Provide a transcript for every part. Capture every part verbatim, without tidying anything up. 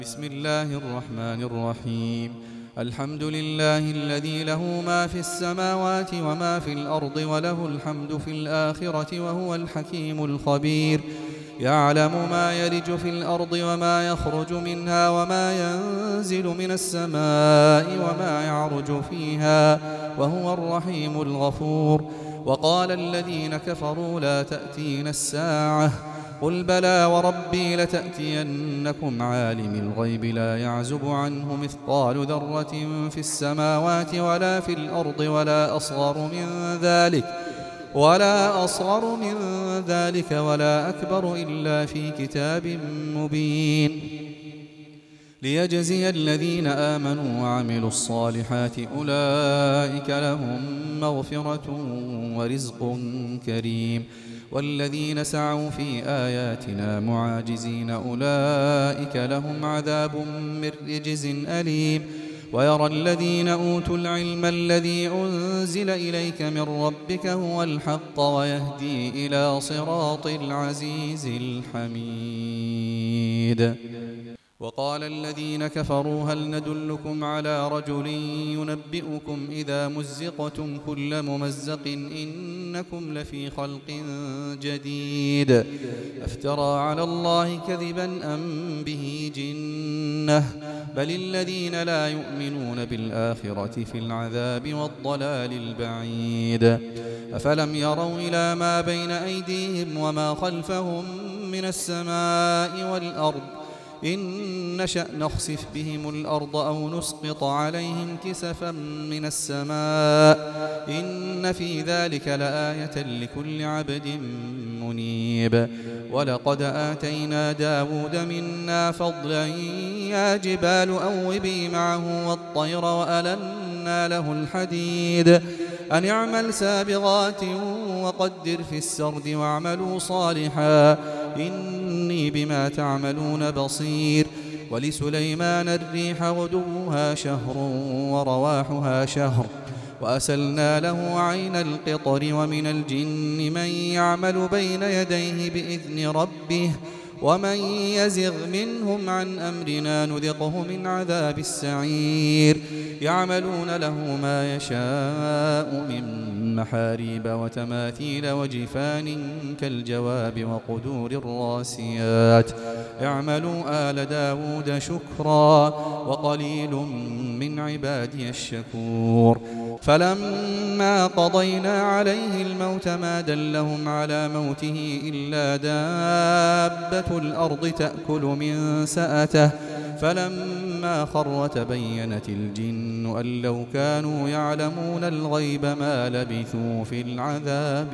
بسم الله الرحمن الرحيم. الحمد لله الذي له ما في السماوات وما في الأرض وله الحمد في الآخرة وهو الحكيم الخبير. يعلم ما يلج في الأرض وما يخرج منها وما ينزل من السماء وما يعرج فيها وهو الرحيم الغفور. وقال الذين كفروا لا تأتينا الساعة قل بلى وربي لتأتينكم عالم الغيب لا يعزب عنه مثقال ذرة في السماوات ولا في الأرض ولا أصغر من ذلك ولا أصغر من ذلك ولا أكبر إلا في كتاب مبين ليجزي الذين آمنوا وعملوا الصالحات أولئك لهم مغفرة ورزق كريم. والذين سعوا في آياتنا معاجزين أولئك لهم عذاب من رجز أليم. ويرى الذين أوتوا العلم الذي أنزل إليك من ربك هو الحق ويهدي إلى صراط العزيز الحميد. وقال الذين كفروا هل ندلكم على رجل ينبئكم إذا مزقتم كل ممزق إنكم لفي خلق جديد أفترى على الله كذبا أم به جنة بل الذين لا يؤمنون بالآخرة في العذاب والضلال البعيد. أفلم يروا إلى ما بين أيديهم وما خلفهم من السماء والأرض إن نشأ نخسف بهم الأرض أو نسقط عليهم كسفا من السماء إن في ذلك لآية لكل عبد منيب. ولقد آتينا داود منا فضلا يا جبال أوبي معه والطير وألنا له الحديد أن اعمل سابغات وقدر في السرد واعملوا صالحا إني بما تعملون بصير. ولسليمان الريح غدوها شهر ورواحها شهر وأسلنا له عين القطر ومن الجن من يعمل بين يديه بإذن ربه ومن يزغ منهم عن أمرنا نذقه من عذاب السعير. يعملون له ما يشاء من محاريب وتماثيل وجفان كالجواب وقدور الراسيات اعملوا آل داود شكرا وقليل من عبادي الشكور. فلما قضينا عليه الموت ما دلهم على موته إلا دابة الأرض تأكل من سأته فلما خر تبينت الجن أن لو كانوا يعلمون الغيب ما لبثوا في العذاب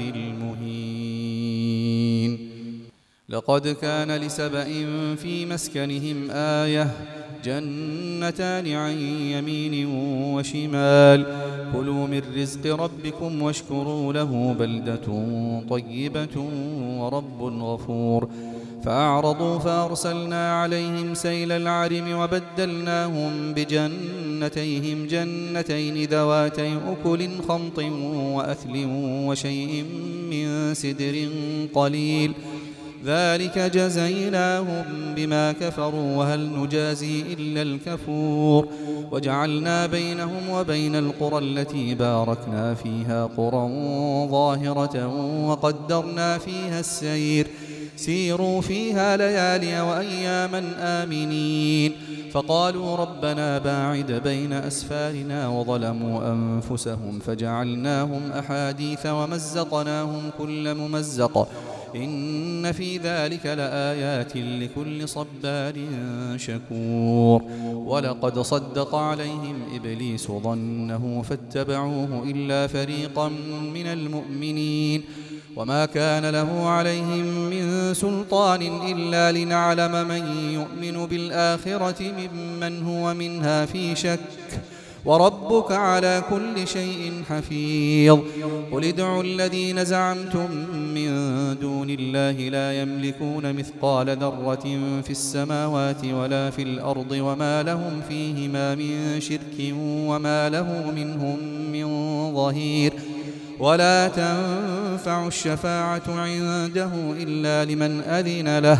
المهين. لقد كان لسبإ في مسكنهم آية جنتان عن يمين وشمال كلوا من رزق ربكم واشكروا له بلدة طيبة ورب غفور. فأعرضوا فأرسلنا عليهم سيل العرم وبدلناهم بجنتيهم جنتين ذواتي أكل خمط وأثل وشيء من سدر قليل ذلك جزيناهم بما كفروا وهل نجازي إلا الكفور. وجعلنا بينهم وبين القرى التي باركنا فيها قرى ظاهرة وقدرنا فيها السير سيروا فيها ليالي وأياما آمنين. فقالوا ربنا باعد بين أسفارنا وظلموا أنفسهم فجعلناهم أحاديث ومزقناهم كل ممزق إن في ذلك لآيات لكل صبار شكور. ولقد صدق عليهم إبليس ظنه فاتبعوه إلا فريقا من المؤمنين وما كان له عليهم من سلطان إلا لنعلم من يؤمن بالآخرة ممن هو منها في شك وربك على كل شيء حفيظ. قل ادعوا الذين زعمتم من دون الله لا يملكون مثقال ذرة في السماوات ولا في الأرض وما لهم فيهما من شرك وما له منهم من ظهير. ولا تنفع الشفاعة عنده إلا لمن أذن له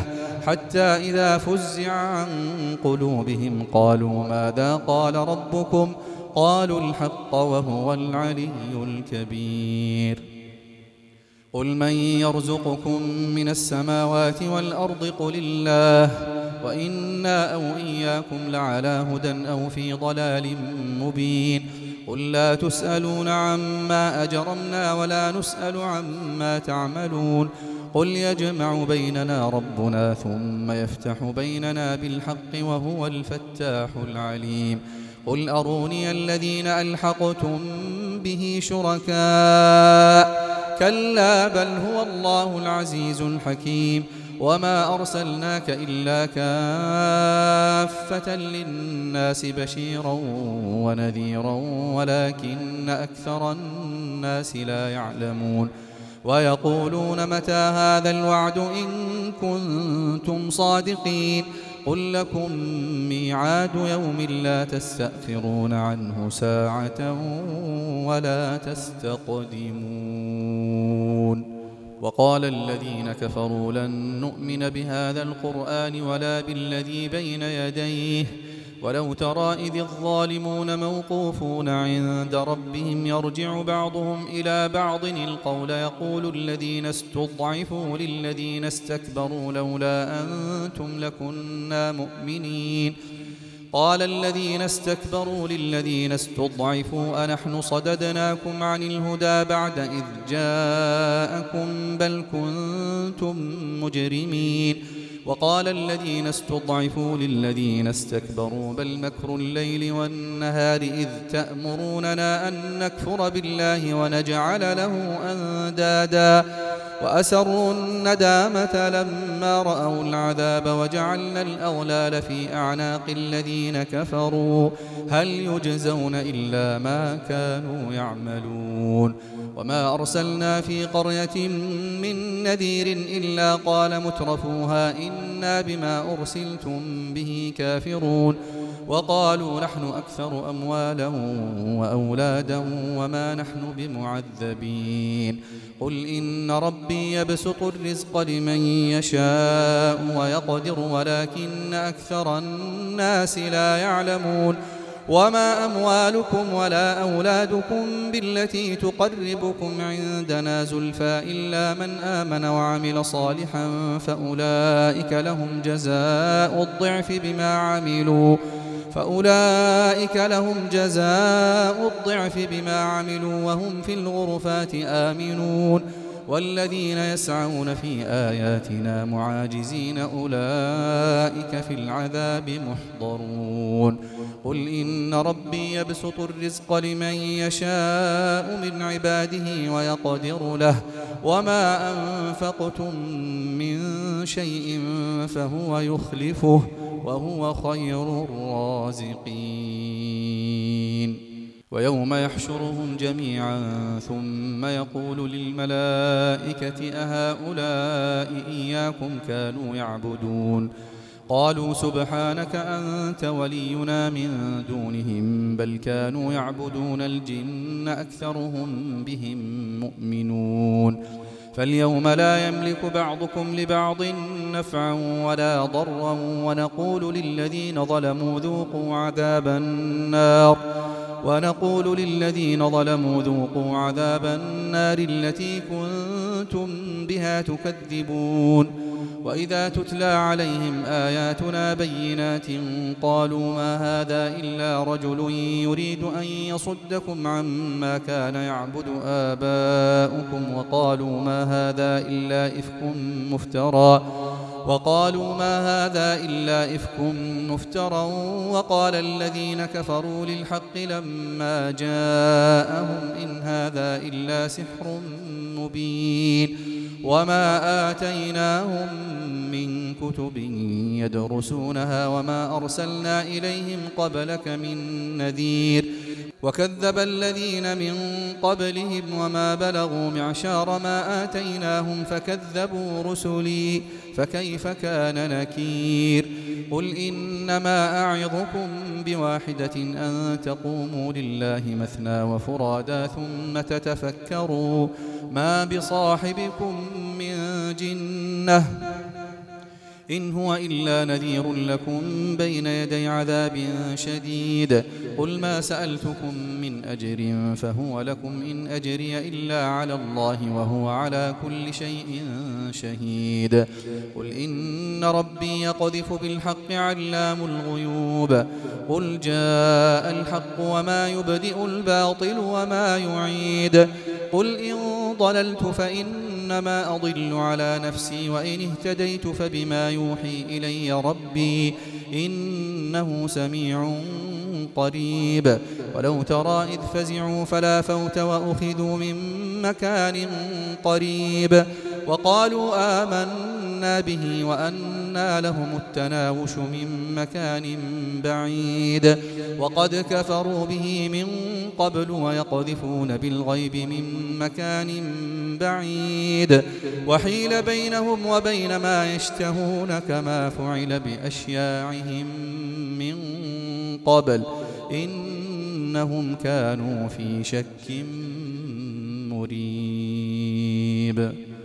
حتى إذا فزع عن قلوبهم قالوا ماذا قال ربكم قالوا الحق وهو العلي الكبير قل من يرزقكم من السماوات والأرض قل الله وإنا أو إياكم لعلى هدى أو في ضلال مبين قل لا تسألون عما أجرمنا ولا نسأل عما تعملون قل يجمع بيننا ربنا ثم يفتح بيننا بالحق وهو الفتاح العليم قل أروني الذين ألحقتم به شركاء كلا بل هو الله العزيز الحكيم وما أرسلناك إلا كافة للناس بشيرا ونذيرا ولكن أكثر الناس لا يعلمون ويقولون متى هذا الوعد إن كنتم صادقين قل لكم ميعاد يوم لا تستأخرون عنه ساعة ولا تستقدمون وقال الذين كفروا لن نؤمن بهذا القرآن ولا بالذي بين يديه ولو ترى إذ الظالمون موقوفون عند ربهم يرجع بعضهم إلى بعض القول يقول الذين استضعفوا للذين استكبروا لولا أنتم لكنا مؤمنين قال الذين استكبروا للذين استضعفوا أنحن صددناكم عن الهدى بعد إذ جاءكم بل كنتم مجرمين وقال الذين استضعفوا للذين استكبروا بل مكر الليل والنهار إذ تأمروننا أن نكفر بالله ونجعل له أندادا وأسروا الندامة لما رأوا العذاب وجعلنا الأغلال في أعناق الذين كفروا هل يجزون إلا ما كانوا يعملون وما أرسلنا في قرية من نذير إلا قال مترفوها إنا بما أرسلتم به كافرون وقالوا نحن أكثر أموالا وأولادا وما نحن بمعذبين قل إن ربي يبسط الرزق لمن يشاء ويقدر ولكن أكثر الناس لا يعلمون وما أموالكم ولا أولادكم بالتي تقربكم عندنا زلفى إلا من آمن وعمل صالحا فأولئك لهم جزاء الضعف بما عملوا فأولئك لهم جزاء الضعف بما عملوا وهم في الغرفات آمنون والذين يسعون في آياتنا معاجزين أولئك في العذاب محضرون قل إن ربي يبسط الرزق لمن يشاء من عباده ويقدر له وما أنفقتم من شيء فهو يخلفه وهو خير الرازقين ويوم يحشرهم جميعا ثم يقول للملائكة أهؤلاء إياكم كانوا يعبدون قالوا سبحانك أنت ولينا من دونهم بل كانوا يعبدون الجن أكثرهم بهم مؤمنون فاليوم لا يملك بعضكم لبعض نفعا ولا ضرا ونقول للذين ظلموا ذوقوا عذاب النار ونقول للذين ظلموا ذوقوا عذاب النار التي كنتم بها تكذبون وإذا تتلى عليهم آياتنا بينات قالوا ما هذا إلا رجل يريد أن يصدكم عما كان يعبد آباؤكم وقالوا ما هذا إلا إفك مفترى وقالوا ما هذا إلا إفك مفترى وقال الذين كفروا للحق لما جاءهم إن هذا إلا سحر مبين وما آتيناهم من كتب يدرسونها وما أرسلنا إليهم قبلك من نذير وكذب الذين من قبلهم وما بلغوا معشار ما آتيناهم فكذبوا رسلي فكيف كان نكير قل إنما أعظكم بواحدة أن تقوموا لله مثنى وفرادا ثم تتفكروا ما بصاحبكم من جنة إن هو إلا نذير لكم بين يدي عذاب شديد قل ما سألتكم من أجر فهو لكم إن أجري إلا على الله وهو على كل شيء شهيد قل إن ربي يقذف بالحق علام الغيوب قل جاء الحق وما يبدئ الباطل وما يعيد قل إن ضللت فإنما أضل على نفسي وإن اهتديت فبما يوحي إلي ربي إنه سميع قريب ولو ترى إذ فزعوا فلا فوت وأخذوا من مكان قريب وقالوا آمنا به وأنى لهم التناوش من مكان بعيد وقد كفروا به من قبل ويقذفون بالغيب من مكان بعيد وحيل بينهم وبين ما يشتهون كما فعل بأشياعهم من قبل إنهم كانوا في شك مريب.